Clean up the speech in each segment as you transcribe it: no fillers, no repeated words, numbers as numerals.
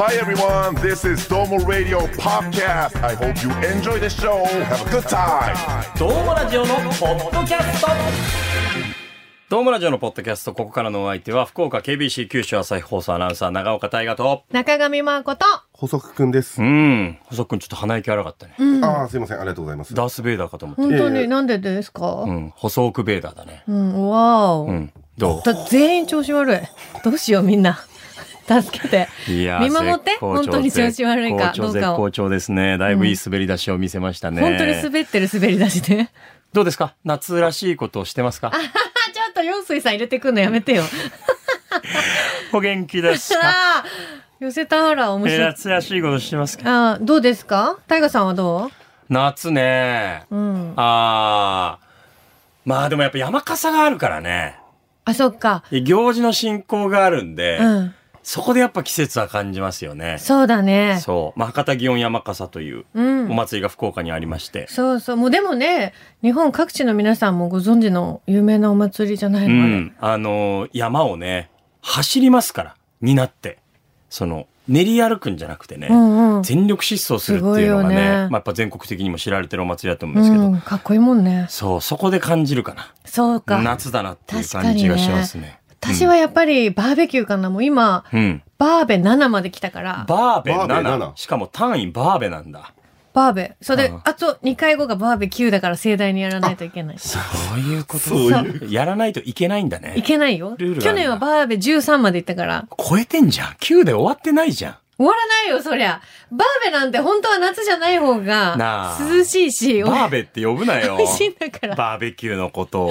Hi everyone, this is Domo Radio Podcast. I hope you enjoy the show. Have a good time. どうもラジオのポッドキャスト。どうもラジオのポッドキャスト、ここからのお相手は福岡 KBC 九州朝日放送アナウンサー長岡大河と中上真子と細くんです。 細くんちょっと鼻息荒かったね、 ああ、すいません、ありがとうございます。 ダースベイダーかと思って。 本当になんでですか？ 細くベイダーだね。 わお、 どう？ 全員調子悪い。どうしようみんな。助けて。 いや見守って本当に調子悪いかどうかを。 絶好調ですね。だいぶいい滑り出しを見せましたね。 本当に滑ってる滑り出しで。 どうですか？夏らしいことをしてますか？ ちょっと陽水さん入れてくんのやめてよ。 お元気ですか？ 寄せたはら面白い。 夏らしいことしてますか？ どうですか？大河さんはどう？ 夏ね。まあでもやっぱ山笠があるからね。 あ、そっか。 行事の進行があるんで、そこでやっぱ季節は感じますよね。 そうだね。 そう。博多祇園山笠というお祭りが福岡にありまして。 そうそう。もうでもね、日本各地の皆さんもご存知の有名なお祭りじゃないの？ 山をね、走りますから、になって。練り歩くんじゃなくてね、全力疾走するっていうのがね、やっぱ全国的にも知られてるお祭りだと思うんですけど。 かっこいいもんね。 そう、そこで感じるかな。 そうか。 夏だなっていう感じがしますね。 私はやっぱりバーベキューかな。もう今、バーベ7まで来たから。 バーベ 7？ しかも単位バーベなんだ。 バーベ。それで、あと2回後がバーベ9だから盛大にやらないといけない。 そういうこと。そうやらないといけないんだね。 いけないよ。去年はバーベ13まで行ったから。 超えてんじゃん。9で終わってないじゃん。 終わらないよ、そりゃ。バーベなんて本当は夏じゃない方が涼しいし。 バーベって呼ぶなよ。 美味しいんだから。 バーベキューのことを。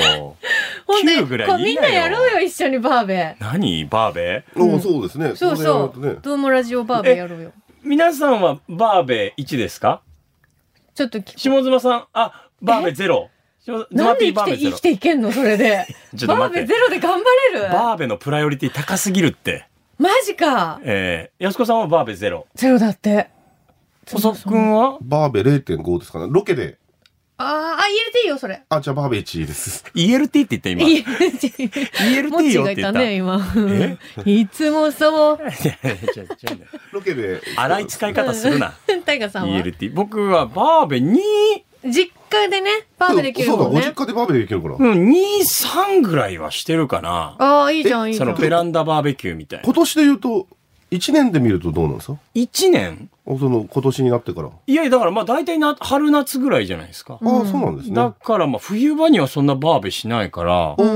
9 ぐらいいいなよ。 みんなやろうよ、一緒にバーベ。 何バーベ？ そうですね。 そうそう。どうもラジオバーベやろうよ。 皆さんはバーベ1ですか？ ちょっと下妻さん、バーベ0。 なんで生きていけんのそれで。バーベゼロで頑張れる？ バーベのプライオリティ高すぎるって。 マジか。 安子さんはバーベ0。 0だって。 細くんはバーベ 0.5 ですかね。ロケで。 入れていいよ、それ。 じゃあバーベ1です。 ELT って言った今。ELT よって言った。 今。いつもそう。 ロケで。 荒い使い方するな。 タイガさんは ELT。僕はバーベ2。 実家でね、バーベできるもんね。 そうだ、ご実家でバーベできるから。 2、3ぐらいはしてるかな。 いいじゃん、いいじゃん。 ベランダバーベキューみたいな。 今年で言うと、1年で見るとどうなんですか ？1年？ 今年になってから。 いや、だから大体春夏ぐらいじゃないですか。 そうなんですね。 だから冬場にはそんなバーベしないから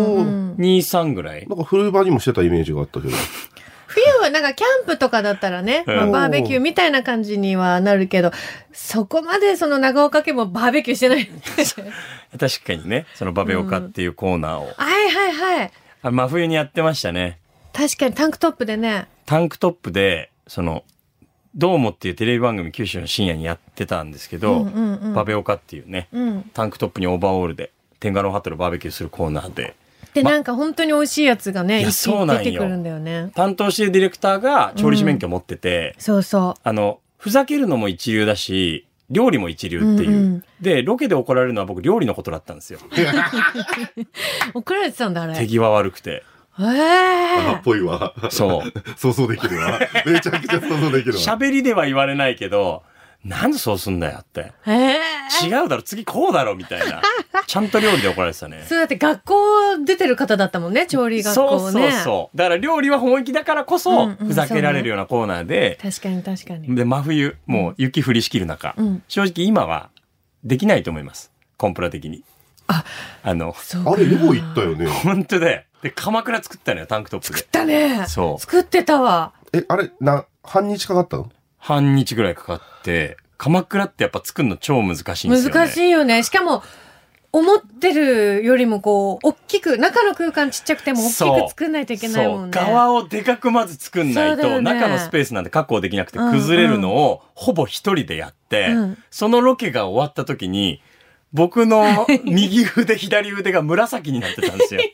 、2、3ぐらい。 なんか冬場にもしてたイメージがあったけど。 冬はなんかキャンプとかだったらね、バーベキューみたいな感じにはなるけど、そこまで長岡家もバーベキューしてない。 確かにね、バベオカっていうコーナーを。 はいはいはい。 真冬にやってましたね。 確かにタンクトップでね。 タンクトップで、どうもっていうテレビ番組九州の深夜にやってたんですけど、バベオカっていうね、タンクトップにオーバーオールで、テンガロンハットでバーベキューするコーナーで。 で、なんか本当に美味しいやつがね、 出てくるんだよね。 担当しているディレクターが調理師免許持ってて、 そうそう。 ふざけるのも一流だし、料理も一流っていう。で、ロケで怒られるのは僕料理のことだったんですよ。 怒られてたんだ、あれ。 手際悪くて。 っぽいわ。 そう。 想像できるわ。めちゃくちゃ想像できるわ。 喋りでは言われないけど、なんでそうすんだよって。違うだろ、次こうだろ、みたいな。ちゃんと料理で怒られてたね。 そうだって学校出てる方だったもんね、調理学校ね。 そう。だから料理は本気だからこそ、ふざけられるようなコーナーで。 確かに確かに。 で、真冬、もう雪降りしきる中、正直今はできないと思います。コンプラ的に。 あれ、よう言ったよね。 本当で。で、鎌倉作ったのよ、タンクトップで。 作ったね。 そう。 作ってたわ。 あれ、半日かかったの？ 半日ぐらいかかって、鎌倉ってやっぱ作るの超難しいんですよね。 難しいよね。しかも、思ってるよりも大きく、中の空間ちっちゃくても大きく作んないといけないもんね。 側をでかくまず作んないと、中のスペースなんて確保できなくて崩れるのをほぼ一人でやって、そのロケが終わった時に、僕の右腕、左腕が紫になってたんですよ。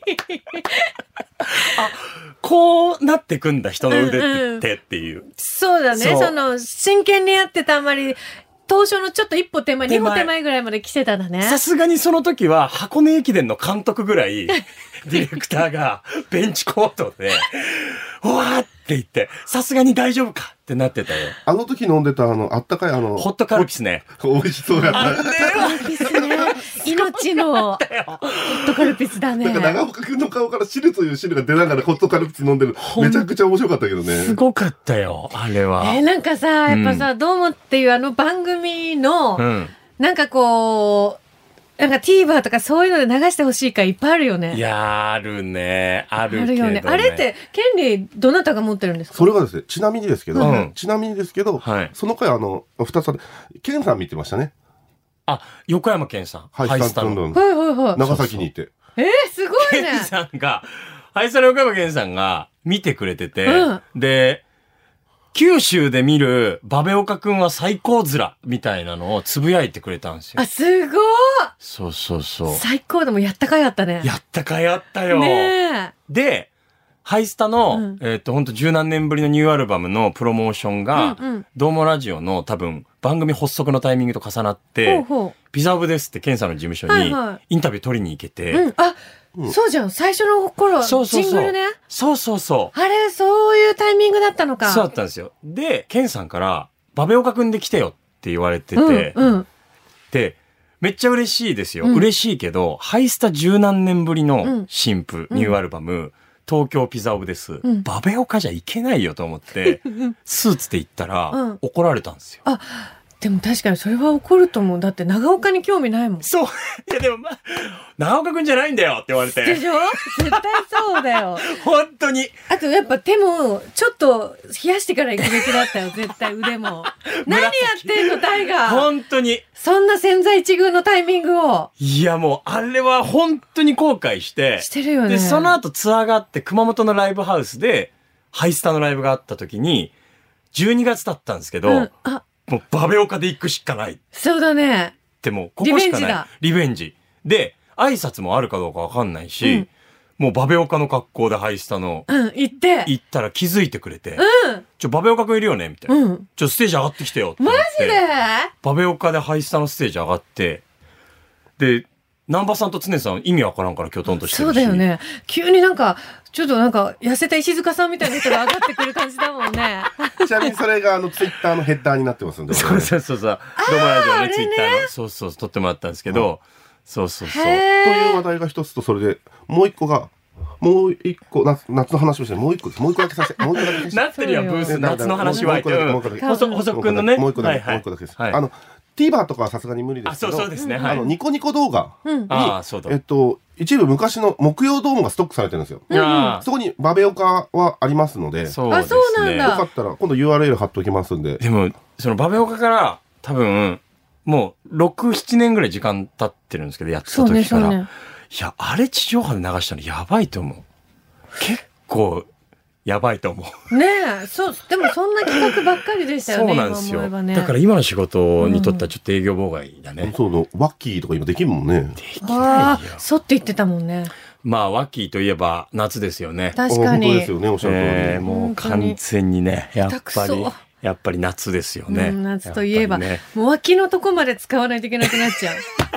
こうなってくんだ、人の腕っていう。 そうだね。真剣にやってたあんまり、東証のちょっと一歩手前、二歩手前ぐらいまで来てたんだね。 さすがにその時は箱根駅伝の監督ぐらい、ディレクターがベンチコートで、わーって言って、さすがに大丈夫かってなってたよ。 あの時飲んでたあったかいホットカルピスね。 美味しそうやった。 カルピスね。命のホットカルピスだね。 なんか長岡くんの顔から汁という汁が出ながらホットカルピス飲んでる。めちゃくちゃ面白かったけどね。 すごかったよ、あれは。 なんかさ、やっぱさ、どうもっていう番組の、なんかこう、なんか TVer とかそういうので流してほしいからいっぱいあるよね。 いや、あるね。あるけどね。 よね。あれって、権利どなたが持ってるんですか？ それがですね、ちなみにですけど、その回二つある、ケンさん見てましたね。 あ、横山健さん。 ハイスタの。長崎にいて。 すごいね。 健さんが、ハイスタの横山健さんが見てくれてて、で、九州で見るバベオカくんは最高面みたいなのをつぶやいてくれたんですよ。 あ、すごい。 そうそうそう。 最高でもやったかいあったね。 やったかいあったよ。ねで、ハイスタの、ほんと十何年ぶりのニューアルバムのプロモーションが、どうもラジオの多分番組発足のタイミングと重なって、ピザオブですってケンさんの事務所にインタビュー取りに行けて、 そうじゃん。最初の頃、ジングルね。 そうそうそう。 あれ、そういうタイミングだったのか。 そうだったんですよ。で、ケンさんから、バベオカくんで来てよって言われてて、で、めっちゃ嬉しいですよ。嬉しいけど、ハイスタ十何年ぶりの新譜、ニューアルバム、東京ピザオブです。バベオカじゃいけないよと思って、スーツで行ったら、怒られたんですよ。 でも確かにそれは怒ると思う。だって長岡に興味ないもん。 そう。いやでも長岡くんじゃないんだよって言われて。 でしょ？絶対そうだよ。 本当に。 あとやっぱ手もちょっと冷やしてから行くべきだったよ。絶対腕も。何やってんのタイガー。 本当に。 そんな千載一遇のタイミングを。 いやもうあれは本当に後悔して。 してるよね。 で、その後ツアーがあって熊本のライブハウスでハイスタのライブがあった時に12月だったんですけど、もうバベオカで行くしかない。 そうだね。 でも、ここしかない。リベンジ。で、挨拶もあるかどうかわかんないし、もうバベオカの格好でハイスタの。 行ったら気づいてくれて。バベオカくんいるよねみたいな。ステージ上がってきてよってマジで？ バベオカでハイスタのステージ上がって、で、南波さんと常さん意味わからんからキョトンとしてるし。 そうだよね。急になんか、ちょっとなんか、痩せた石塚さんみたいな人が上がってくる感じだもんね。 ちなみにそれがツイッターのヘッダーになってますんで。 そうそうそう。どうもラジオね、ツイッターの。そうそう、撮ってもらったんですけど、そうそうそう。という話題が一つと、それで、もう一個、夏の話をして、もう一個です。もう一個だけさせて。もう一個だけさせて。 なってるよ、ブース、夏の話は。細くんのね。 もう一個だけです。TVer とかはさすがに無理ですけど、 そうですね。 ニコニコ動画に、 そう一部昔の木曜ドームがストックされてるんですよ。そこにバベオカはありますので、 そうなんだ。 よかったら今度 URL 貼っておきますんで。 でも、そのバベオカから多分、もう6、7年ぐらい時間経ってるんですけど、やってた時から。いや、あれ地上波で流したのやばいと思う。結構、やばいと思う。 ねえ、そう、でもそんな企画ばっかりでしたよね。 そうなんですよ。だから今の仕事にとってはちょっと営業妨害だね。 ワッキーとか今できるもんね。 できないよ。 そうって言ってたもんね。 まあ、ワッキーといえば夏ですよね。 確かに。 本当ですよね、おっしゃる通り。 もう完全にね、やっぱり夏ですよね。 夏といえば、もう脇のとこまで使わないといけなくなっちゃう。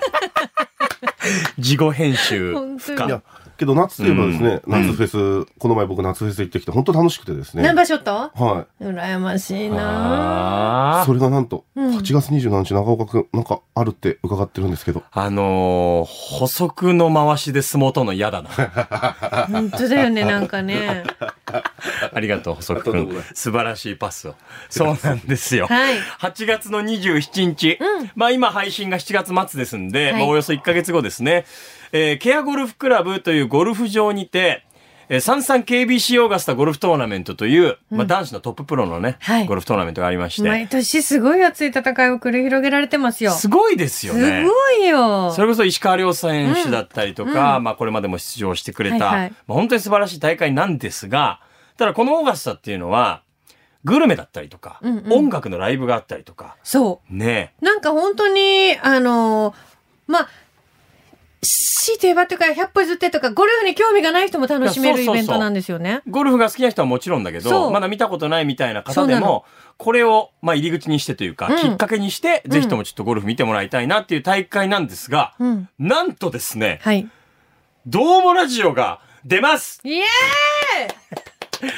事後編集不可。 けど夏といえばですね、夏フェス、この前僕夏フェス行ってきて本当楽しくてですね。 ナンバーショット？ はい。 羨ましいな。 それがなんと、8月27日長岡くん、なんかあるって伺ってるんですけど。 補足の回しで相撲との嫌だな。 本当だよね、なんかね。 ありがとう、補足くん。素晴らしいパスを。そうなんですよ。8月の27日。まあ今配信が7月末ですんで、まあおよそ1ヶ月後ですね。ケアゴルフクラブというゴルフ場にて、KBC オーガスタゴルフトーナメントという、まあ男子のトッププロのね、ゴルフトーナメントがありまして。 毎年すごい熱い戦いを繰り広げられてますよ。 すごいですよね。 すごいよ。 それこそ石川遼選手だったりとか、まあこれまでも出場してくれた、まあ本当に素晴らしい大会なんですが、ただこのオーガスタっていうのは、グルメだったりとか、音楽のライブがあったりとか。 そう。 ね。 なんか本当に、まあ、強いて言えばというか、100歩譲ってとか、ゴルフに興味がない人も楽しめるイベントなんですよね。 ゴルフが好きな人はもちろんだけど、まだ見たことないみたいな方でも、これを、まあ入り口にしてというか、きっかけにして、ぜひともちょっとゴルフ見てもらいたいなっていう大会なんですが、なんとですね、どうもラジオが出ます。 イエーイ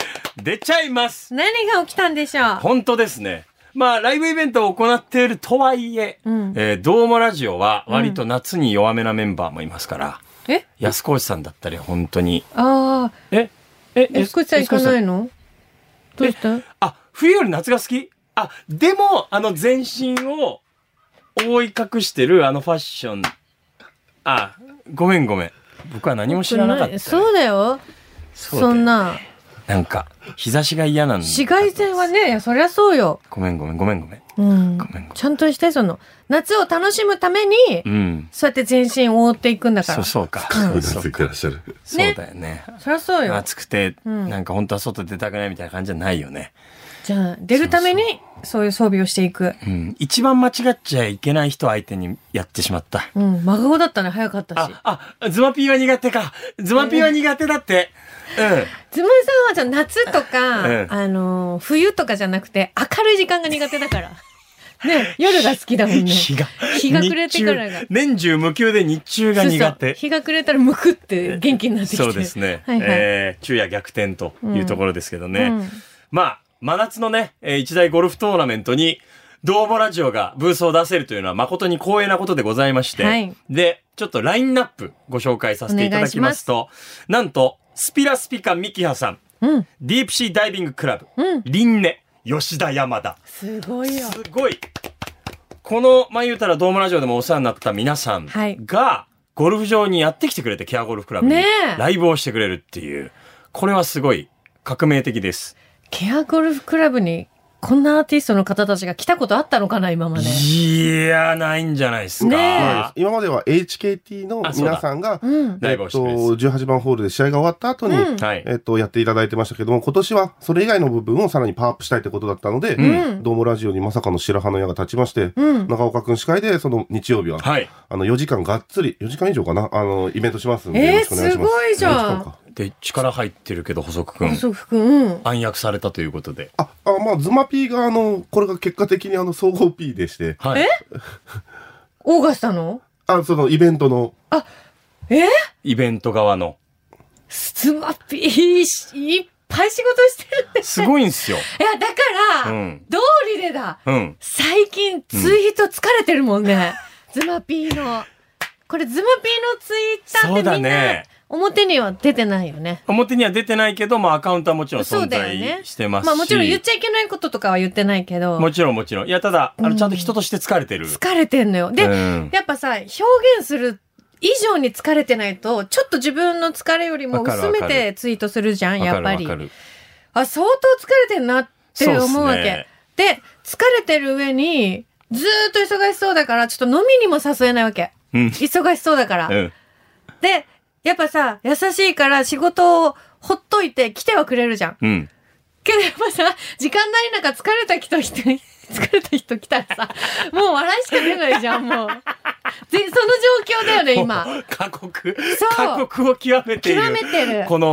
出ちゃいます。 何が起きたんでしょう。 本当ですね。まあ、ライブイベントを行っているとはいえ、どうもラジオは割と夏に弱めなメンバーもいますから、安河内さんだったり、本当に。 ああ。安河内さん行かないの？どうした？ 冬より夏が好き？でも、全身を覆い隠してるファッション。ごめん。僕は何も知らなかった、ね。 そうだよ。そんな。 なんか、日差しが嫌なんだ。 紫外線はね、そりゃそうよ。 ごめん。 ちゃんとして、夏を楽しむために、そうやって全身を覆っていくんだから。 そうか。 うなずいてらっしゃる。 そうだよね。 そりゃそうよ。 暑くて、なんか本当は外出たくないみたいな感じじゃないよね。 じゃあ、出るために、そういう装備をしていく。 一番間違っちゃいけない人相手にやってしまった。 真顔だったね、早かったし。 ズマピーは苦手か。ズマピーは苦手だって。 ズマさんは夏とか、冬とかじゃなくて、明るい時間が苦手だから。ね、夜が好きだもんね。日が暮れてからが。 年中無休で日中が苦手。 日が暮れたらむくって元気になってきて。 そうですね。昼夜逆転というところですけどね。まあ、真夏のね、一大ゴルフトーナメントに、どうもラジオがブースを出せるというのは誠に光栄なことでございまして、で、ちょっとラインナップご紹介させていただきますと、なんと、スピラスピカミキハさん、ディープシーダイビングクラブ、リンネ、吉田山田。 すごいよ。 すごい。この、言うたらドームラジオでもお世話になった皆さんが、ゴルフ場にやってきてくれて、ケアゴルフクラブにライブをしてくれるっていう、これはすごい革命的です。 ケアゴルフクラブにこんなアーティストの方たちが来たことあったのかな、今まで。 いや、ないんじゃないですか。 今までは HKT の皆さんが、18番ホールで試合が終わった後に、やっていただいてましたけども、今年はそれ以外の部分をさらにパワーアップしたいってことだったので、ドームラジオにまさかの白羽の矢が立ちまして、長岡くん司会で、その日曜日は、4時間がっつり、4時間以上かな、イベントしますんで、よろしくお願いします。 すごいじゃん。 で、力入ってるけど、細くくん。暗躍されたということで。 ズマP が、これが結果的に総合 P でして。 オーガスタの？ そのイベントの。 イベント側の。 ズマP、いっぱい仕事してるんです。 すごいんすよ。 いや、だから、道理でだ。最近、ツイート疲れてるもんね。ズマP の。これ、ズマP のツイッターってみんな、表には出てないよね。 表には出てないけど、アカウントはもちろん存在してますし。 もちろん言っちゃいけないこととかは言ってないけど。 もちろん。いや、ただ、ちゃんと人として疲れてる。 疲れてんのよ。で、やっぱさ、表現する以上に疲れてないと、ちょっと自分の疲れよりも薄めてツイートするじゃん、やっぱり。相当疲れてんなって思うわけ。で、疲れてる上に、ずーっと忙しそうだから、ちょっと飲みにも誘えないわけ。忙しそうだから。で、やっぱさ、優しいから仕事をほっといて来てはくれるじゃん。けどやっぱさ、時間ない中疲れた人来たらさ、もう笑いしか出ないじゃん、もう。その状況だよね、今。 過酷を極めている。 極めてる。 そう。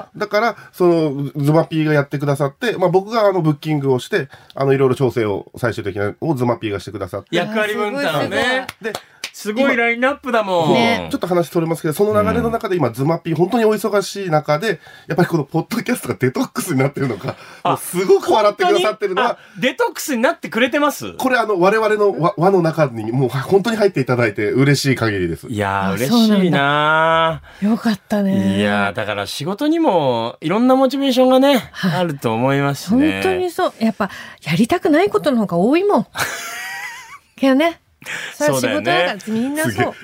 だから、ズマPがやってくださって、僕がブッキングをして、いろいろ調整を最終的なをズマPがしてくださって。 役割分担ね。すごいラインナップだもん。 ちょっと話取れますけど、その流れの中で今、ズマP、本当にお忙しい中で、やっぱりこのポッドキャストがデトックスになってるのか、すごく笑ってくださってるのは。 デトックスになってくれてます？ これ我々の輪の中にもう本当に入っていただいて嬉しい限りです。 いやー、嬉しいなー。よかったね。 いやー、だから仕事にもいろんなモチベーションがね、あると思いますしね。 本当にそう。やっぱ、やりたくないことの方が多いもん。けどね。 そうだよね。 みんなそう。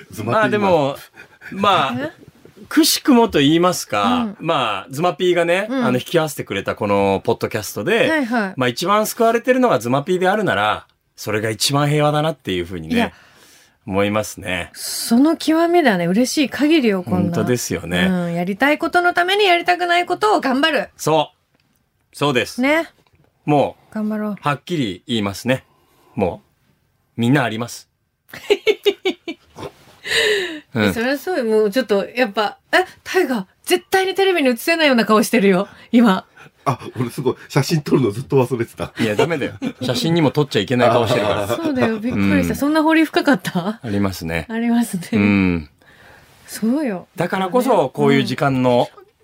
でも、くしくもと言いますか、ズマPがね、引き合わせてくれたこのポッドキャストで、一番救われてるのがズマPであるなら、それが一番平和だなっていうふうにね、思いますね。 その極めだね。嬉しい限りよ、こんな。 本当ですよね。 やりたいことのためにやりたくないことを頑張る。 そうです。 ね。 もう、 頑張ろう。 はっきり言いますね。もう、みんなあります。 それはそうよ。もうちょっと、やっぱ、タイガー、絶対にテレビに映せないような顔してるよ、今。 俺すごい、写真撮るのずっと忘れてた。 いや、ダメだよ。写真にも撮っちゃいけない顔してるから。 そうだよ、びっくりした。そんな掘り深かった？ ありますね。 ありますね。そうよ。 だからこそ、こういう時間の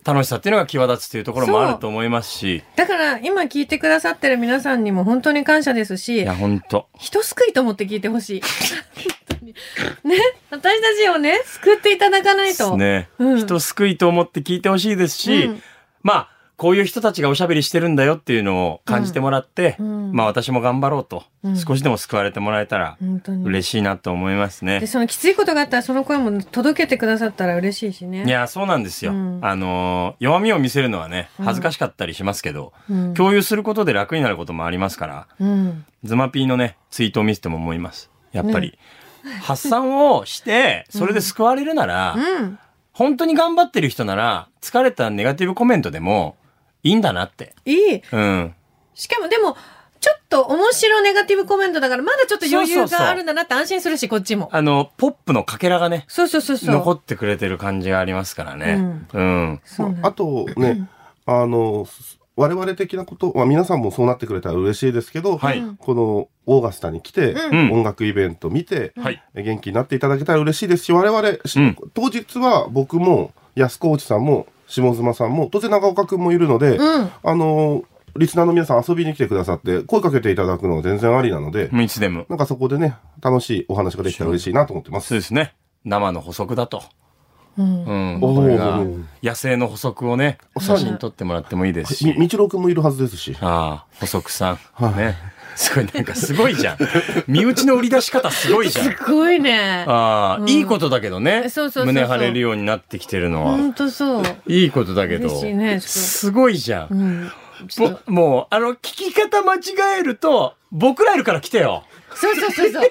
楽しさっていうのが際立つというところもあると思いますし。 だから今聞いてくださってる皆さんにも本当に感謝ですし、 いや本当人救いと思って聞いてほしい。本当にね、私たちをね救っていただかないと。 ね、人救いと思って聞いてほしいですし、まあこういう人たちがおしゃべりしてるんだよっていうのを感じてもらって、まあ私も頑張ろうと、少しでも救われてもらえたら嬉しいなと思いますね。 で、そのきついことがあったらその声も届けてくださったら嬉しいしね。 いや、そうなんですよ。弱みを見せるのはね、恥ずかしかったりしますけど、共有することで楽になることもありますから、ズマピーのね、ツイートを見せても思います。やっぱり、発散をして、それで救われるなら、本当に頑張ってる人なら、疲れたネガティブコメントでも、いいんだなって。 いい。しかもでも、ちょっと面白ネガティブコメントだから、まだちょっと余裕があるんだなって安心するし、こっちも。 ポップのかけらがね、 そう残ってくれてる感じがありますからね。 あとね、我々的なこと、皆さんもそうなってくれたら嬉しいですけど、このオーガスタに来て、音楽イベント見て、元気になっていただけたら嬉しいですし、我々、当日は僕も安河内さんも下妻さんも当然長岡くんもいるので、リスナーの皆さん遊びに来てくださって声かけていただくのは全然ありなので、 いつでもなんかそこでね楽しいお話ができたら嬉しいなと思ってます。 そうですね。生の補足だと。これが野生の補足をね、写真撮ってもらってもいいですし、 みちろくんもいるはずですし、 補足さんね、すごいなんかすごいじゃん。身内の売り出し方すごいじゃん。 すごいね。 いいことだけどね。胸張れるようになってきてるのは。 本当そう。 いいことだけど、すごいじゃん。もう聞き方間違えると僕らいるから来てよ。 そう。 い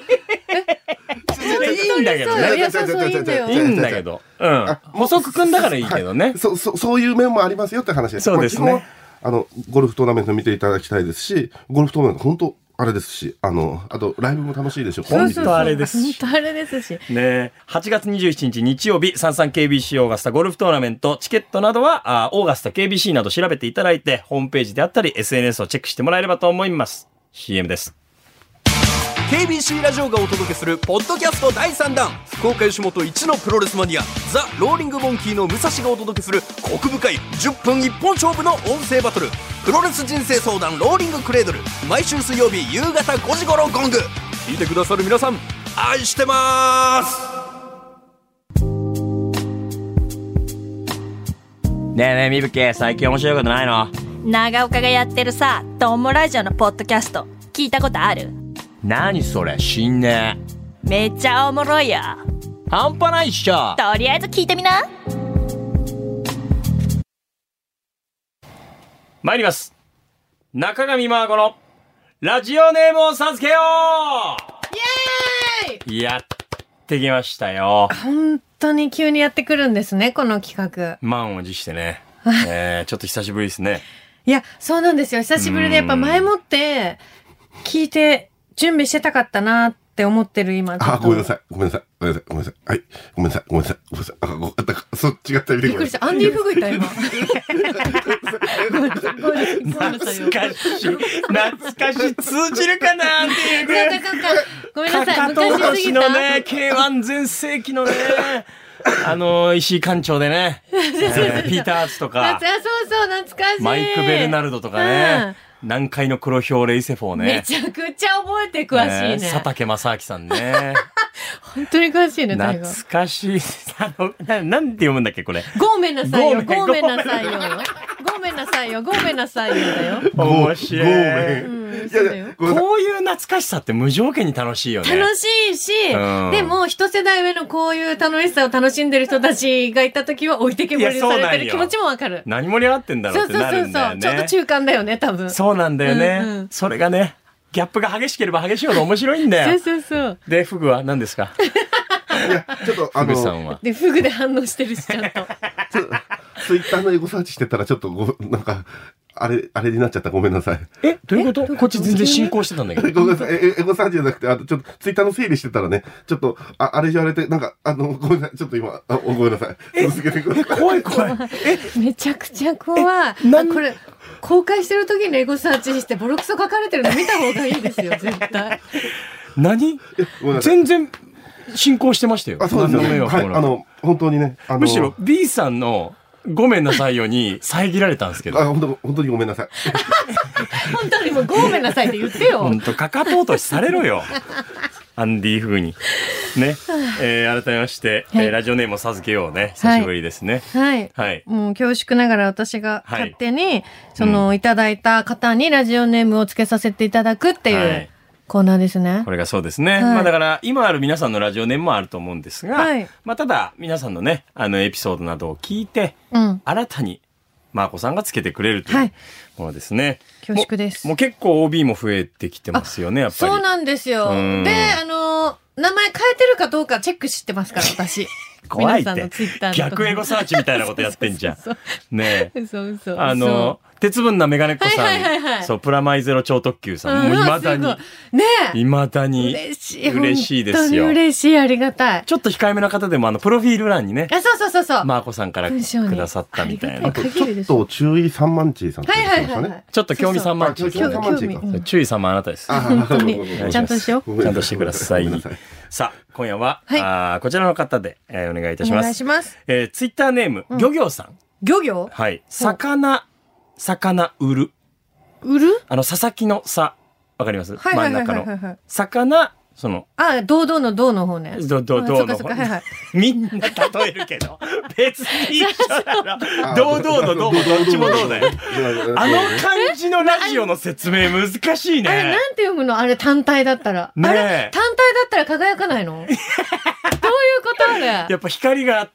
いんだけどね。いいんだけど。補足くんだからいいけどね。 そういう面もありますよって話です。 そうですね。 ゴルフトーナメント見ていただきたいですし、ゴルフトーナメント本当あれですし、あとライブも楽しいでしょ。 本当あれですし。本当あれですし。 ね、8月27日日曜日、33KBC オーガスタゴルフトーナメントチケットなどはオーガスタ KBC など調べていただいて、ホームページであったり SNS をチェックしてもらえればと思います。CM です。 KBC ラジオがお届けするポッドキャスト第3弾、福岡吉本一のプロレスマニアザ・ローリングモンキーの武蔵がお届けするコク深い10分一本勝負の音声バトル、プロレス人生相談ローリングクレードル、毎週水曜日夕方5時頃ゴング。聞いてくださる皆さん愛してます。 ねえねえみぶけ、最近面白いことないの？ 長岡がやってるさ、トンモラジオのポッドキャスト聞いたことある？ 何それ、知んねえ。めっちゃおもろいよ。 半端ないっしょ。 とりあえず聞いてみな。 参ります。中上真亜子のラジオネームを授けよう。イエーイ。 やってきましたよ。 本当に急にやってくるんですね、この企画。 満を持してね。ちょっと久しぶりですね。 いや、そうなんですよ。久しぶりでやっぱ前もって聞いて準備してたかったなって思ってる今。 ごめんなさい。はい。ごめんなさい。そっちがったみてびっくりした。アンディ・フグいた今。 懐かしい。通じるかなっていう。 ごめんなさい。 かかと落としのね、K1 全盛期のね、石井館長でね、ピーター・アーツとか、 そう懐かしい。 マイク・ベルナルドとかね、南海の黒ヒョウレイセフォーね。 めちゃくちゃ覚えて詳しいね。 佐竹正明さんね。 本当に詳しいね、 懐かしい。なんて読むんだっけ、これ。 ごめんなさいよ。ごめんなさいよ。ごめんなさいよ。ごめんなさいよだよ。 面白い。こういう懐かしさって無条件に楽しいよね。 楽しいし、でも一世代上のこういう楽しさを楽しんでる人たちがいた時は置いてけぼりされてる気持ちもわかる。 何盛り上がってんだろうってなるんだよね。 ちょうど中間だよね、多分。 そうなんだよね。それがね、ギャップが激しければ激しいほど面白いんだよ。 そう。 で、フグは何ですか？ いや、ちょっとフグさんは。 で、フグで反応してるし、ちゃんと。 ツイッターのエゴサーチしてたらちょっとなんか、あれになっちゃった。ごめんなさい。 どういうこと？こっち全然進行してたんだけど。 ごめんなさい。エゴサーチじゃなくて、ちょっとツイッターの整理してたらね、ちょっと、あれ言われて、なんか、ごめんなさい。ちょっと今、ごめんなさい。続けてください。 怖い。 めちゃくちゃ怖い。これ、公開してる時にエゴサーチしてボロクソ書かれてるの見た方がいいですよ、絶対。 何？全然進行してましたよ。 そうですよね。はい。本当にね。 むしろ B さんのごめんなさいよに遮られたんですけど。 本当にごめんなさい。 本当にもうごめんなさいって言ってよ。 本当かかと落としされろよ。アンディ風に。ね。改めまして、ラジオネームを授けようね。久しぶりですね。 はい。はい。もう恐縮ながら私が勝手に、いただいた方にラジオネームをつけさせていただくっていう。コーナーですね。 これがそうですね。まあだから、今ある皆さんのラジオネームもあると思うんですが、まあただ、皆さんのね、エピソードなどを聞いて、新たに、マーコさんがつけてくれるというものですね。 恐縮です。 もう結構 OB も増えてきてますよね、やっぱり。 そうなんですよ。で、名前変えてるかどうかチェックしてますから、私。 怖いって。逆エゴサーチみたいなことやってんじゃん。ねえ。嘘。鉄分なメガネっ子さん。そう、プラマイゼロ超特急さん。もう未だに。ねえ。未だに。嬉しいですよ。本当に嬉しい、ありがたい。 ちょっと控えめな方でも、プロフィール欄にね。 そう。 マーコさんからくださったみたいな。 ちょっと注意3万チーさんって言ってましたね。 ちょっと興味3万チー。注意3万あなたです。 本当に。ちゃんとしよう。 ちゃんとしてください。さあ、今夜は、こちらの方でお願いいたします。 お願いします。 ツイッターネーム、漁業さん。 漁業？ はい。魚売る。 売る？ 佐々木のさ、わかります？真ん中の。魚、 堂々の堂の方ね。 堂々の方。みんな例えるけど、別に一緒だろ。堂々の堂もどっちも堂だよ。あの漢字のラジオの説明難しいね。 あれなんて読むの？あれ単体だったら。あれ単体だったら輝かないの？どういうことあれ？ やっぱ光があって、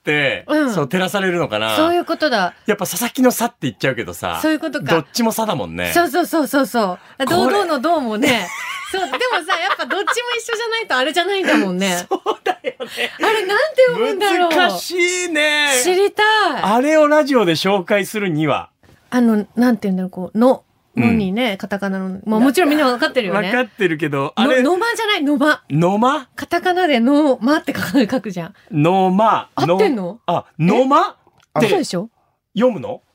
そう照らされるのかな。 そういうことだ。 やっぱ佐々木のさって言っちゃうけどさ。 そういうことか。 どっちもさだもんね。 そう。堂々の堂もね。そう、でもさ、やっぱどっちも一緒じゃないとあれじゃないんだもんね。 そうだよね。 あれなんて読むんだろう。 難しいね。 知りたい。 あれをラジオで紹介するには。 なんて言うんだろう、のにね、カタカナの、もちろんみんな分かってるよね。 分かってるけど、あれ。 のまじゃない、のま。 のま？ カタカナでのまって書くじゃん。 のま。 合ってんの？ のま？ そうでしょ？ 読むの？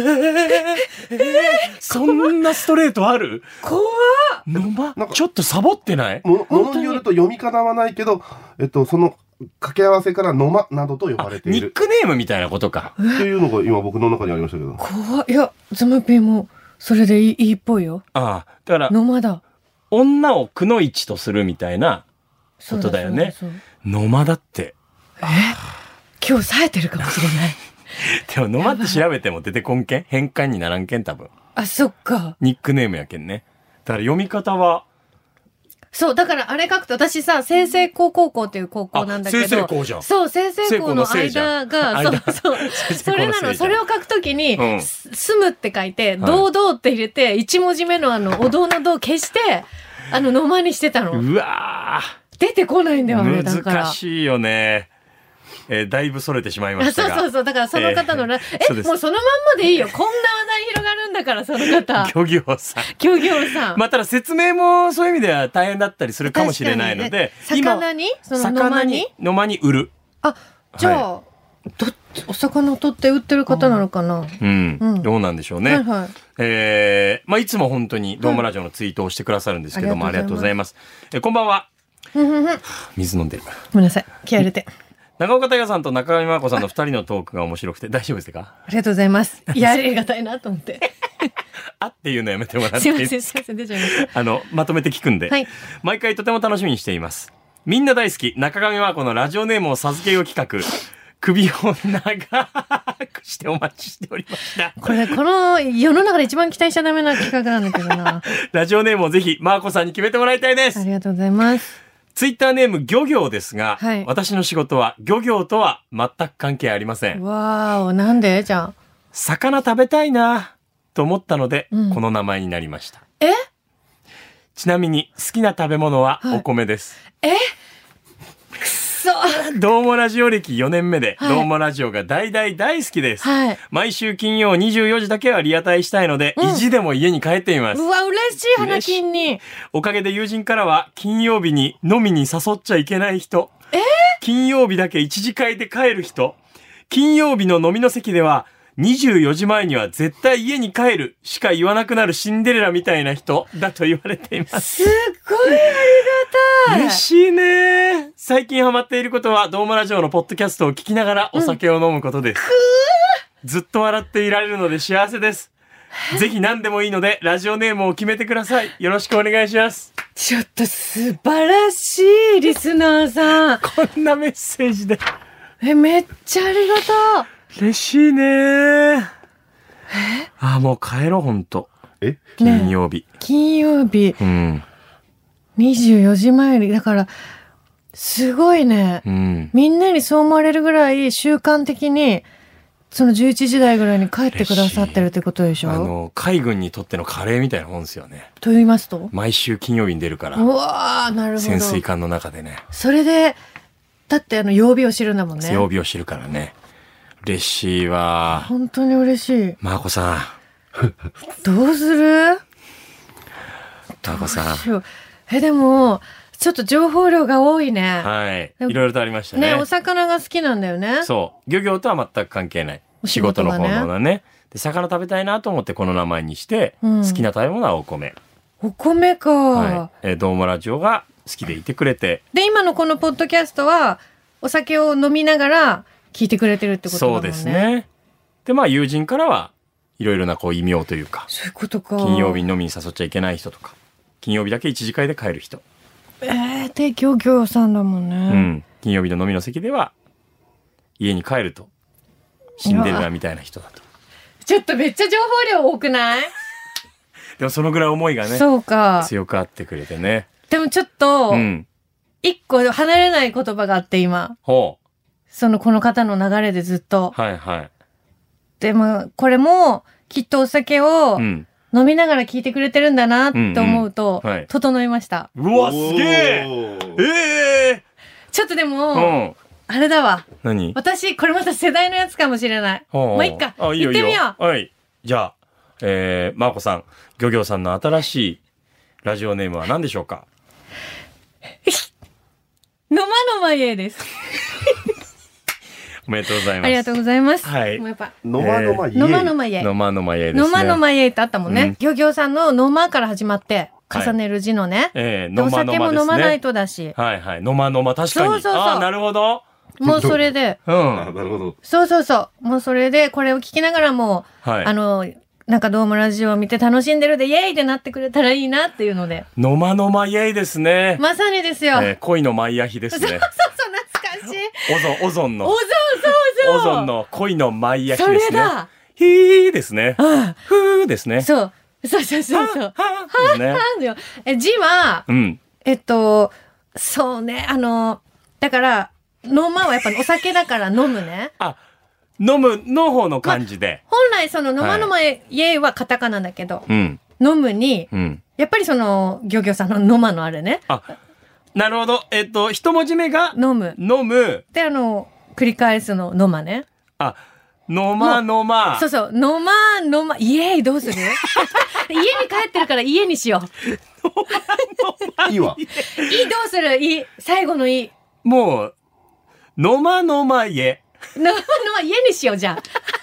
そんなストレートある？ 怖っ。 のま？ちょっとサボってない？ ものによると読み方はないけど、その掛け合わせからのまなどと呼ばれている。 ニックネームみたいなことか。 っていうのが今僕の中にありましたけど。 怖っ。いや、ズマピーもそれでいいっぽいよ。 だから、 のまだ。 女をくのいちとするみたいなことだよね。のまだって。 今日冴えてるかもしれない。 でも、のまって調べても出てこんけん？変換にならんけん、多分。 そっか。 ニックネームやけんね。だから読み方は。 そう、だからあれ書くと、私さ、済々黌高校っていう高校なんだけど。 済々黌じゃん。 そう、済々黌の間が、そう。それなの、それを書くときに、住むって書いて、堂々って入れて、1文字目のお堂の堂消して、のまにしてたの。 うわー。出てこないんだよ、あれだから。 難しいよね。だいぶそれてしまいましたが。 そう。だからその方のもうそのまんまでいいよ。こんな話題広がるんだから、その方。 漁業さん。ただ説明もそういう意味では大変だったりするかもしれないので。 魚にのまに売る。 じゃあ、お魚を取って売ってる方なのかな？ どうなんでしょうね。いつも本当にドームラジオのツイートをしてくださるんですけども、ありがとうございます。こんばんは。水飲んでる。 ごめんなさい。気合入れて。 長岡大河さんと中上真亜子さんの2人のトークが面白くて大丈夫ですか？ ありがとうございます。いや、ありがたいなと思って。 っていうのやめてもらっていいですか？ すいません、出ちゃいました。 まとめて聞くんで、毎回とても楽しみにしています。みんな大好き、中上真亜子のラジオネームを授けよう企画。首を長くしてお待ちしておりました。 この世の中で一番期待しちゃダメな企画なんだけどな。 ラジオネームをぜひ、真亜子さんに決めてもらいたいです。 ありがとうございます。 ツイッターネーム漁業ですが、私の仕事は漁業とは全く関係ありません。 わー、なんでじゃあ。 魚食べたいなと思ったので、この名前になりました。ちなみに好きな食べ物はお米です。 くそどうもラジオ歴4年目で、どうもラジオが大好きです。毎週金曜24時だけはリアタイしたいので、意地でも家に帰っています。 うわ、嬉しい、花金に。 おかげで友人からは、金曜日に飲みに誘っちゃいけない人。金曜日だけ一次会で帰る人。金曜日の飲みの席では、24時前には絶対家に帰るしか言わなくなるシンデレラみたいな人だと言われています。 すっごいありがたい。 嬉しいね。最近ハマっていることは、ドームラジオのポッドキャストを聞きながらお酒を飲むことです。 ずっと笑っていられるので幸せです。ぜひ何でもいいのでラジオネームを決めてください。よろしくお願いします。 ちょっと素晴らしいリスナーさん。 こんなメッセージで。 めっちゃありがとう。嬉しいね。もう帰ろう、ほんと。金曜日。 金曜日。24時前に、だから、すごいね。みんなにそう思われるぐらい習慣的に、その11時台ぐらいに帰ってくださってるってことでしょ。 海軍にとってのカレーみたいなもんですよね。 と言いますと、 毎週金曜日に出るから。 うわー、なるほど。 潜水艦の中でね。 それで、だって曜日を知るんだもんね。 曜日を知るからね。嬉しいわ。 本当に嬉しい。 まこさん。 どうする？ まこさん。でも、ちょっと情報量が多いね。 はい。いろいろとありましたね。 ね、お魚が好きなんだよね。 そう。漁業とは全く関係ない。仕事の方のね。で、魚食べたいなと思ってこの名前にして、好きな食べ物はお米。 お米か。 はい。どうもラジオが好きでいてくれて。 で、今のこのポッドキャストは、お酒を飲みながら聞いてくれてるってことだもんね。 そうですね。で、友人からはいろいろな異名というか。 そういうことか。 金曜日に飲みに誘っちゃいけない人とか。金曜日だけ一次会で帰る人。 で、漁業さんだもんね。 金曜日の飲みの席では、家に帰ると、シンデレラみたいな人だと。 ちょっとめっちゃ情報量多くない？ でもそのぐらい思いがね、 そうか。 強くあってくれてね。 でもちょっと、一個離れない言葉があって今。この方の流れでずっと。 はいはい。 でも、これも、きっとお酒を、飲みながら聞いてくれてるんだなって思うと、整いました。 うわ、すげえ。 ちょっとでも、あれだわ。 何？ 私、これまた世代のやつかもしれない。まあ、いっか。行ってみよう。 はい。じゃあ、まこさん、漁業さんの新しいラジオネームは何でしょうか？ のまイエです。 おめでとうございます。 ありがとうございます。 はい。 もうやっぱ、 のまイエ。 のまイエ。 のまイエですね。 のまイエってあったもんね。漁業さんののまから始まって、重ねる字のね。お酒も飲まないとだし。 はいはい。のま確かに。あ、なるほど。 もうそれで。 なるほど。 そう。もうそれで、これを聞きながらも、なんかドームラジオを見て楽しんでるで、イエーイってなってくれたらいいなっていうので。 のまイエーイですね。 まさにですよ。 恋のマイアヒですね。 そう、懐かしい。 オゾンの。 オゾンの恋のマイアヒですね。 それだ。 ヒーですね。ふーですね。 そう。はーですね。字は、そうね、だから、飲まはやっぱお酒だから飲むね。 飲むの方の漢字で。 本来そののまイエーはカタカナだけど、飲むに、やっぱりその漁業さんののまのあれね。 なるほど。一文字目が飲む。で、繰り返すののまね。 のま。 そう。のま、イエーイどうする？家に帰ってるから家にしよう。 いいわ。 いどうする？最後のい。 もう、のま家。 家にしよう、じゃあ。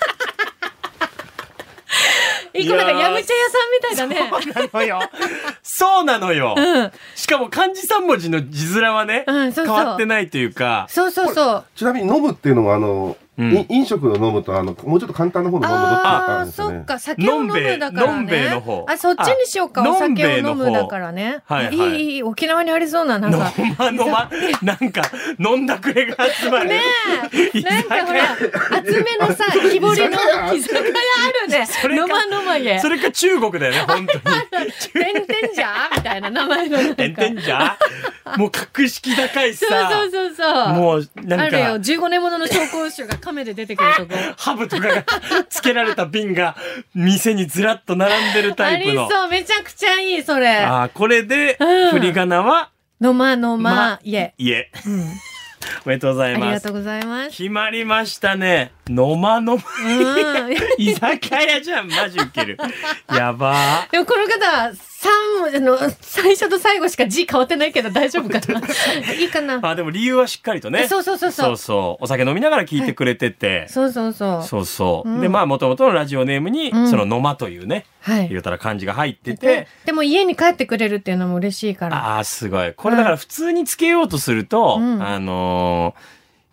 一個なんかやむ茶屋さんみたいだね。 そうなのよ。しかも漢字3文字の字面はね、変わってないというか。 そう。 ちなみに飲むっていうのが飲食の飲むともうちょっと簡単な方の飲むどっちかあるんですよね。 そっか、酒を飲むだからね。 のんべいの方。 そっちにしようか。お酒を飲むだからね。いい、沖縄にありそうな、なんか。 なんか、飲んだくれが集まる。 ねえ。なんかほら、厚めのさ、木彫りの居酒屋あるね。のま家。 それか中国だよね、本当に。 てんてんじゃみたいな名前の。 てんてんじゃもう格式高いさ。 そう。 もう、なんか。 あるよ、15年ものの紹興酒が亀で出てくるとこ。 ハブとかがつけられた瓶が店にずらっと並んでるタイプの。 ありそう、めちゃくちゃいい、それ。 これで、振り仮名は、 のま、家。 おめでとうございます。 ありがとうございます。 決まりましたね。のま居酒屋じゃん、マジウケる。やばー。 でもこの方、最初と最後しか字変わってないけど大丈夫かな。いいかな。 でも理由はしっかりとね。 そう。 お酒飲みながら聞いてくれてて。そう。で、もともとのラジオネームに、そののまというね、言うたら漢字が入ってて。 でも家に帰ってくれるっていうのも嬉しいから。 すごい。これだから普通につけようとすると、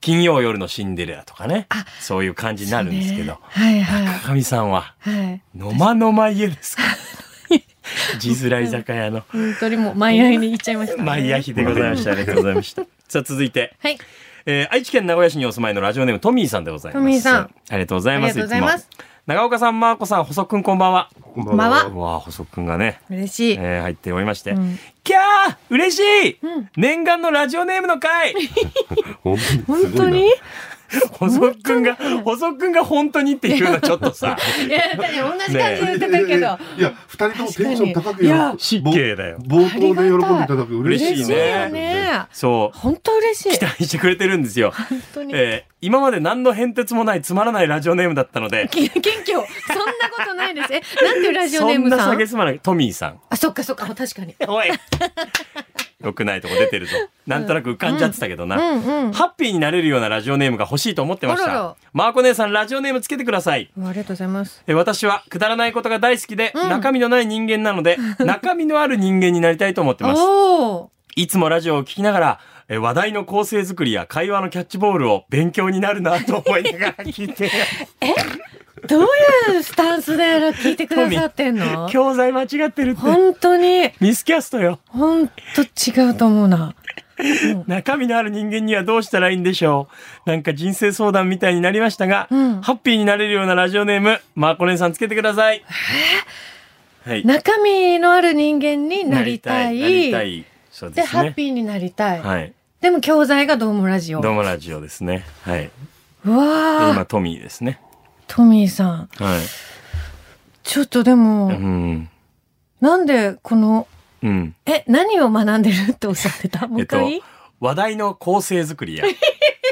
金曜夜のシンデレラとかね。そういう感じになるんですけど。中上さんは、のまのま家ですか。字面居酒屋の。 本当にもう、マイアヒに行っちゃいましたね。 マイアヒでございました。ありがとうございました。さあ、続いて。 はい。 愛知県名古屋市にお住まいのラジオネームトミーさんでございます。 トミーさん。 ありがとうございます。ありがとうございます。長岡さん、マーコさん、細くんこんばんは。 こんばんは。 わあ、細くんがね。 嬉しい。 入っておりまして。キャー嬉しい、念願のラジオネームの回本当に細くんが本当にっていうのはちょっとさ。 いや、同じ感じで言ってたけど。いや、 二人ともテンション高く失敬だよ。 冒頭で喜んでいただく嬉しいね。 そう。 本当嬉しい。 期待してくれてるんですよ。 本当に。 今まで何の変哲もないつまらないラジオネームだったので。 謙虚。そんなことないです。なんていうラジオネームさん？ そんな蔑まないトミーさん。 あ、そっか確かに。 おい。良くないとこ出てるぞ。なんとなく浮かんじゃってたけどな。ハッピーになれるようなラジオネームが欲しいと思ってました。マーコ姉さん、ラジオネームつけてください。 ありがとうございます。 私はくだらないことが大好きで、中身のない人間なので、中身のある人間になりたいと思ってます。いつもラジオを聞きながら、話題の構成作りや会話のキャッチボールを勉強になるなと思いながら聞いて。 どういうスタンスで聞いてくださってんの？ 教材間違ってるって。 本当に。 ミスキャストよ。 本当違うと思うな。 中身のある人間にはどうしたらいいんでしょう。なんか人生相談みたいになりましたが、ハッピーになれるようなラジオネーム、マーコ姉さんつけてください。 はい、中身のある人間になりたい。 なりたい。そうですね。 で、ハッピーになりたい。 はい。 でも教材がどうもラジオ。 どうもラジオですね。はい。 うわ今トミーですね。 トミーさん。 はい。 ちょっとでも、なんでこの、何を学んでるっておっしゃってた？もう一回、 話題の構成作りや。い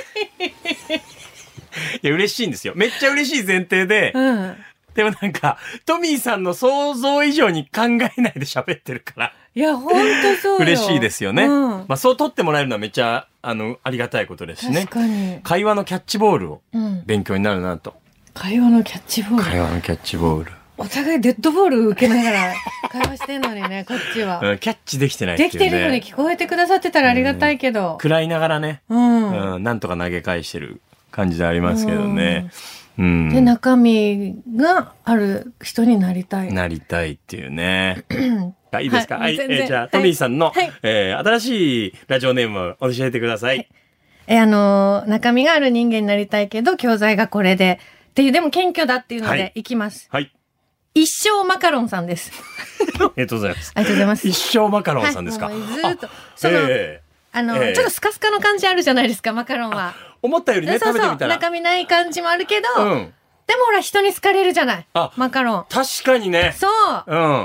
や、嬉しいんですよ。めっちゃ嬉しい前提で、でもなんか、トミーさんの想像以上に考えないで喋ってるから。 いや、ほんとそうよ。 嬉しいですよね。まあ、そう取ってもらえるのはめっちゃ、ありがたいことですしね。 確かに。 会話のキャッチボールを勉強になるなと。 会話のキャッチボール。 会話のキャッチボール。 お互いデッドボール受けながら会話してんのにね、こっちは。 キャッチできてないっていうね。 できてるのに聞こえてくださってたらありがたいけど。 食らいながらね、なんとか投げ返してる感じでありますけどね。 で、中身がある人になりたい。 なりたいっていうね。いいですか？はい。じゃあ、トミーさんの、新しいラジオネームを教えてください。 中身がある人間になりたいけど、教材がこれで。っていう、でも謙虚だっていうので、いきます。 はい。 一生マカロンさんです。 ありがとうございます。 ありがとうございます。 一生マカロンさんですか？ ずっと。ちょっとスカスカの感じあるじゃないですか、マカロンは。 思ったよりね、食べてみたら。 中身ない感じもあるけど、でもほら人に好かれるじゃない。マカロン。 確かにね。 そう。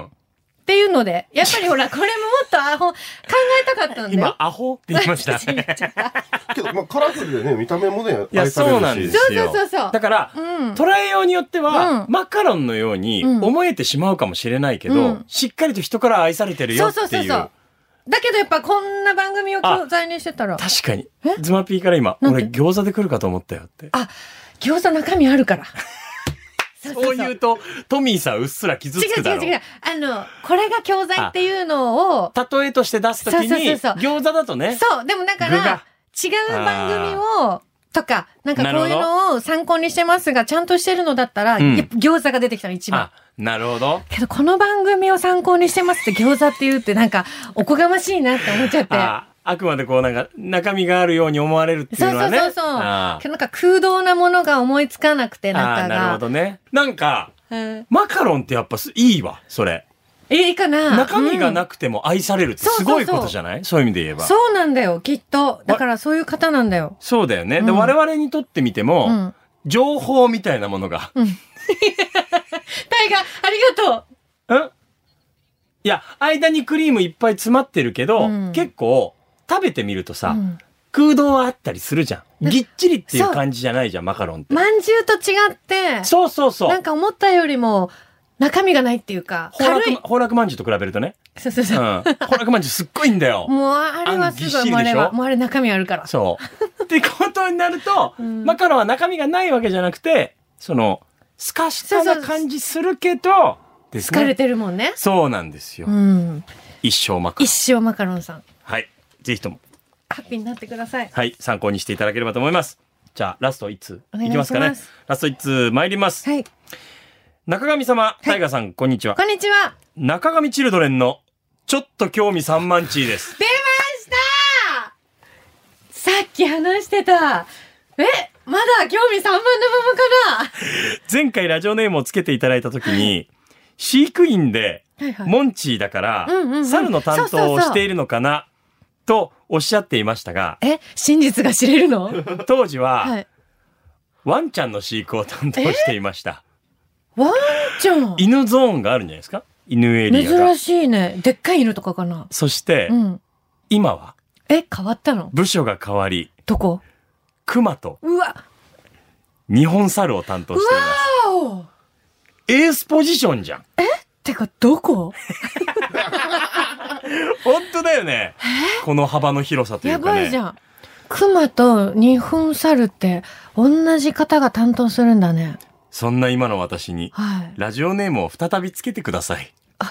っていうので、やっぱりほら、これももっと考えたかったんだよ。 今、アホって言いました。 けど、カラフルでね、見た目もね、 いや、そうなんですよ。 そう。 だから、捉えようによっては、マカロンのように思えてしまうかもしれないけど、しっかりと人から愛されてるよっていう。そう。だけどやっぱこんな番組を教材にしてたら。 確かに。ズマピーから今、俺餃子で来るかと思ったよって。 餃子中身あるから。 そう言うと、トミーさんうっすら傷つくだろう。 違う。これが教材っていうのを。 例えとして出すときに、餃子だとね。 そう、でもだから、違う番組を、とか、なんかこういうのを参考にしてますが、ちゃんとしてるのだったら、やっぱ餃子が出てきたの一番。 なるほど。 けど、この番組を参考にしてますって餃子って言うってなんか、おこがましいなって思っちゃって。 あくまでこうなんか中身があるように思われるっていうのはね。 そう。なんか空洞なものが思いつかなくて、中が。 なるほどね。なんか、マカロンってやっぱいいわ、それ。 いいかな？ 中身がなくても愛されるってすごいことじゃない？そういう意味で言えば。 そうなんだよ、きっと。だからそういう方なんだよ。 そうだよね。で、我々にとってみても、情報みたいなものが。 タイガー、ありがとう。 いや、間にクリームいっぱい詰まってるけど、結構、食べてみるとさ、空洞はあったりするじゃん。ぎっちりっていう感じじゃないじゃん、マカロンって。 まんじゅうと違って、 そう。 なんか思ったよりも、中身がないっていうか、 崩落まんじゅうと比べるとね。 そう。 崩落まんじゅうすっごいんだよ。 もうあれはすごい、もうあれ中身あるから。 そう。ってことになると、マカロンは中身がないわけじゃなくて、スカしたな感じするけど、 好かれてるもんね。 そうなんですよ。一生マカロン。 一生マカロンさん。 はい。ぜひとも。 ハッピーになってください。 はい、参考にしていただければと思います。じゃあラスト1通いきますかね。 ラスト1通参ります。 はい。 中上様、タイガさん、こんにちは。 こんにちは。 中上チルドレンのちょっと興味3万チーです。 出ました。さっき話してた。まだ興味3万のままかな。 前回ラジオネームをつけていただいたときに、飼育員で、モンチーだから、猿の担当をしているのかな、とおっしゃっていましたが。 真実が知れるの？ 当時は、ワンちゃんの飼育を担当していました。 ワンちゃん？ 犬ゾーンがあるんじゃないですか？犬エリアが。 珍しいね。でっかい犬とかかな。 そして、今は変わったの？ 部署が変わり。 どこ？ 熊と。 うわ。 日本猿を担当しています。 わー。 エースポジションじゃん。 てか、どこ？ 本当だよね。この幅の広さというかね。 やばいじゃん。熊と日本猿って同じ方が担当するんだね。 そんな今の私に、ラジオネームを再びつけてください。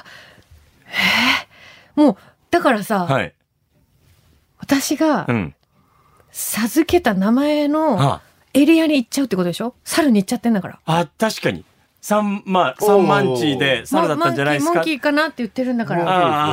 もう、だからさ、私が、授けた名前のエリアに行っちゃうってことでしょ？猿に行っちゃってんだから。 確かに。3万チーで猿だったんじゃないですか。 モンキーかなって言ってるんだから。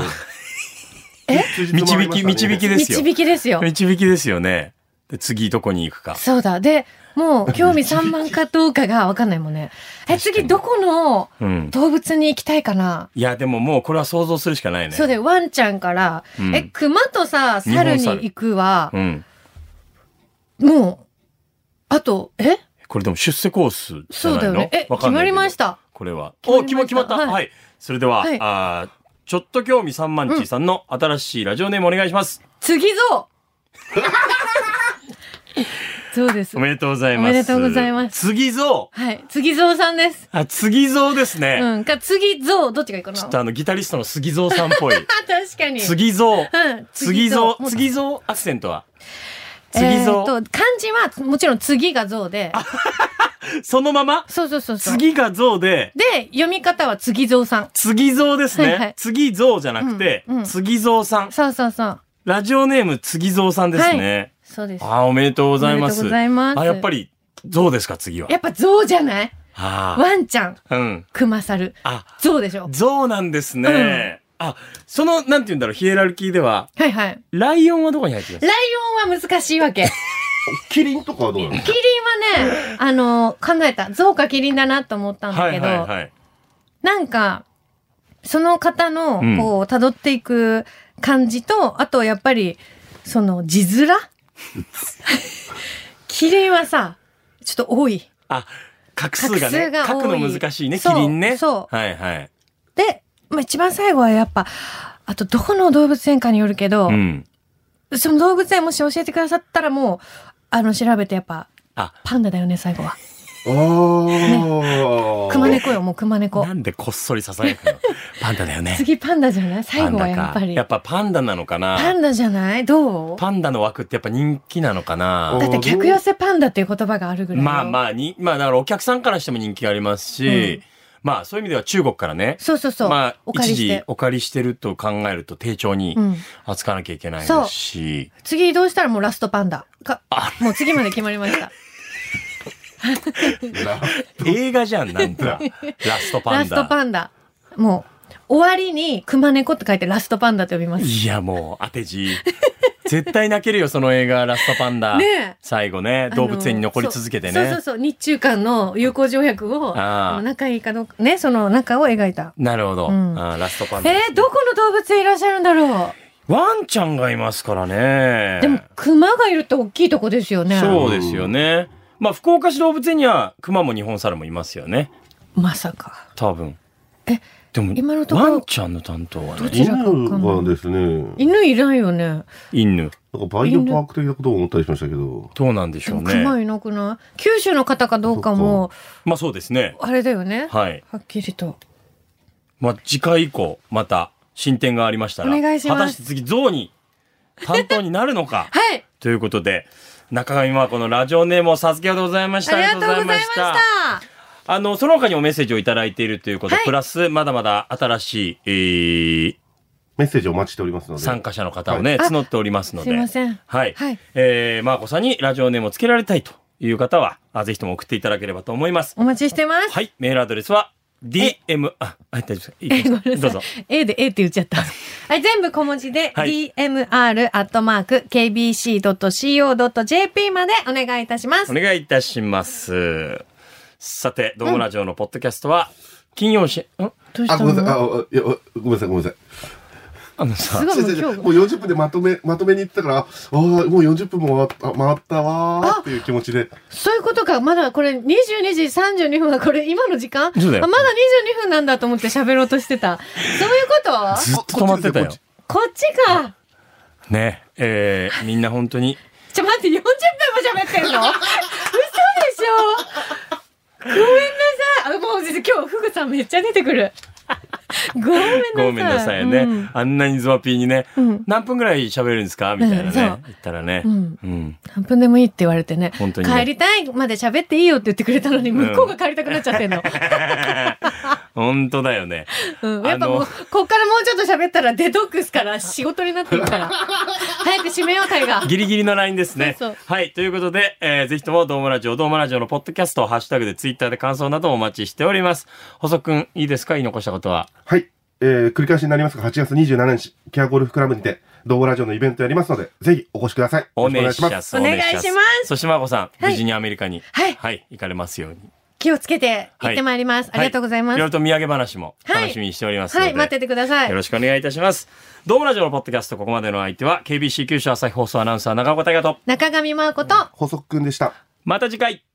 導きですよ。 導きですよ。 導きですよね。で、次どこに行くか。 そうだ。で、もう興味3万かどうかが分かんないもんね。次どこの動物に行きたいかな。 いや、でももうこれは想像するしかないね。 そうだよ。ワンちゃんから、熊とさ、猿に行くは、もう、あと、 これでも出世コースじゃないの？ そうだよね。決まりました。 これは。決まった。はい。それでは、ちょっと興味3万チーさんの新しいラジオネームお願いします。 次ぞそうです。 おめでとうございます。 おめでとうございます。 次ぞはい。次ぞさんです。 次ぞですね。 次ぞどっちがいいかな？ ちょっとギタリストの杉蔵さんっぽい。 確かに。 次ぞ。次ぞアクセントは漢字はもちろん次がぞで。 そのまま？ そう。 次がぞで。 で、読み方は次ぞさん。 次ぞですね。次ぞじゃなくて、次ぞさん。 そう。 ラジオネーム次ぞさんですね。 そうです。 おめでとうございます。 おめでとうございます。 やっぱりぞですか、次は。 やっぱぞじゃない？ワンちゃん。熊猿。ぞでしょ。 ぞなんですね。その、なんて言うんだろう、ヒエラルキーでは。ライオンはどこに入ってます？ ライオンは難しいわけ。 キリンとかはどうなの？ キリンはね、考えた。象かキリンだなと思ったんだけど、なんか、その方の、こう、辿っていく感じと、あと、やっぱり、その、字面キリンはさ、ちょっと多い。 画数がね、書くの難しいね、キリンね。 そう。 で、 一番最後はやっぱ、あと、どこの動物園かによるけど、その動物園もし教えてくださったらもう、調べてやっぱ、パンダだよね、最後は。熊猫よ、もう熊猫。 なんでこっそりささやくの？パンダだよね。 次パンダじゃない？最後はやっぱり。 やっぱパンダなのかな？ パンダじゃない？どう？ パンダの枠ってやっぱ人気なのかな？ だって客寄せパンダっていう言葉があるぐらい。 まあだからお客さんからしても人気がありますし、そういう意味では中国からね。 そう。 一時お借りしてると考えると丁重に扱わなきゃいけないですし。 次移動したらもうラストパンダ。もう次まで決まりました。 映画じゃん、なんだ。ラストパンダ。 ラストパンダ。もう、終わりに熊猫って書いてラストパンダって呼びます。 いや、もう、当て字。絶対泣けるよ、その映画、ラストパンダ。最後ね、動物園に残り続けてね。 そう。日中間の友好条約を、仲いいかどうか、ね、その仲を描いた。 なるほど。ラストパンダ。 どこの動物園いらっしゃるんだろう？ワンちゃんがいますからね。 でも、熊がいるって大きいとこですよね。 そうですよね。福岡市動物園には熊も日本猿もいますよね。 まさか。 多分。でも、 今のところワンちゃんの担当はね。 どちらかはですね。 犬いらんよね。 犬。 なんかバイオパーク的なことを思ったりしましたけど。 どうなんでしょうね。 熊いなくない？九州の方かどうかも。 そうですね。 あれだよね。 はい。 はっきりと。 次回以降、また進展がありましたら。 お願いします。 果たして次、象に担当になるのか。 はい。 ということで、中上真亜子のラジオネームを授けようでございました。 ありがとうございました。 その他にもメッセージをいただいているということ、プラス、まだまだ新しい、 メッセージお待ちしておりますので。 参加者の方をね、募っておりますので。 すいません。 はい。マーコさんにラジオネームをつけられたいという方は、ぜひとも送っていただければと思います。 お待ちしてます。 はい。メールアドレスは、DM、大丈夫ですか？どうぞ。 A で A って言っちゃった。はい、全部小文字で、dmr@kbc.co.jp までお願いいたします。 お願いいたします。さて、ドームラジオのポッドキャストは、金曜し、 どうしたの？ごめんなさい、ごめんなさい。もう40分でまとめに行ってたから、もう40分も回ったわっていう気持ちで。 そういうことか。まだこれ22時32分はこれ今の時間？まだ22分なんだと思って喋ろうとしてた。そういうこと？ ずっと止まってたよ。 こっちか。 ね、みんな本当に。 待って、40分も喋ってんの？嘘でしょ。ごめんなさい。もう今日フグさんめっちゃ出てくる。ごめんなさいね。あんなにズワピーにね、何分ぐらい喋るんですかみたいなね。言ったらね。 何分でもいいって言われてね。 本当に。 帰りたいまで喋っていいよって言ってくれたのに、向こうが帰りたくなっちゃってんの。 本当だよね。 やっぱもう、こっからもうちょっと喋ったらデトックスから仕事になってるから。早く締めよう、タイガー。 ギリギリのラインですね。はい。ということで、ぜひともドームラジオのポッドキャスト、ハッシュタグでツイッターで感想などをお待ちしております。細くん、いいですか？言い残したことは。 はい。繰り返しになりますが、8月27日、ケアゴルフクラブにて、ドームラジオのイベントやりますので、ぜひお越しください。 お願いします。 お願いします。 そして、まこさん、無事にアメリカに、はい、行かれますように。 気をつけて行ってまいります。ありがとうございます。 いろいろと土産話も楽しみにしておりますので。 はい、待っててください。 よろしくお願いいたします。ドームラジオのポッドキャスト、ここまでの相手は、KBC 九州朝日放送アナウンサー、長岡大和と、 中上真亜子と、 細くんでした。 また次回。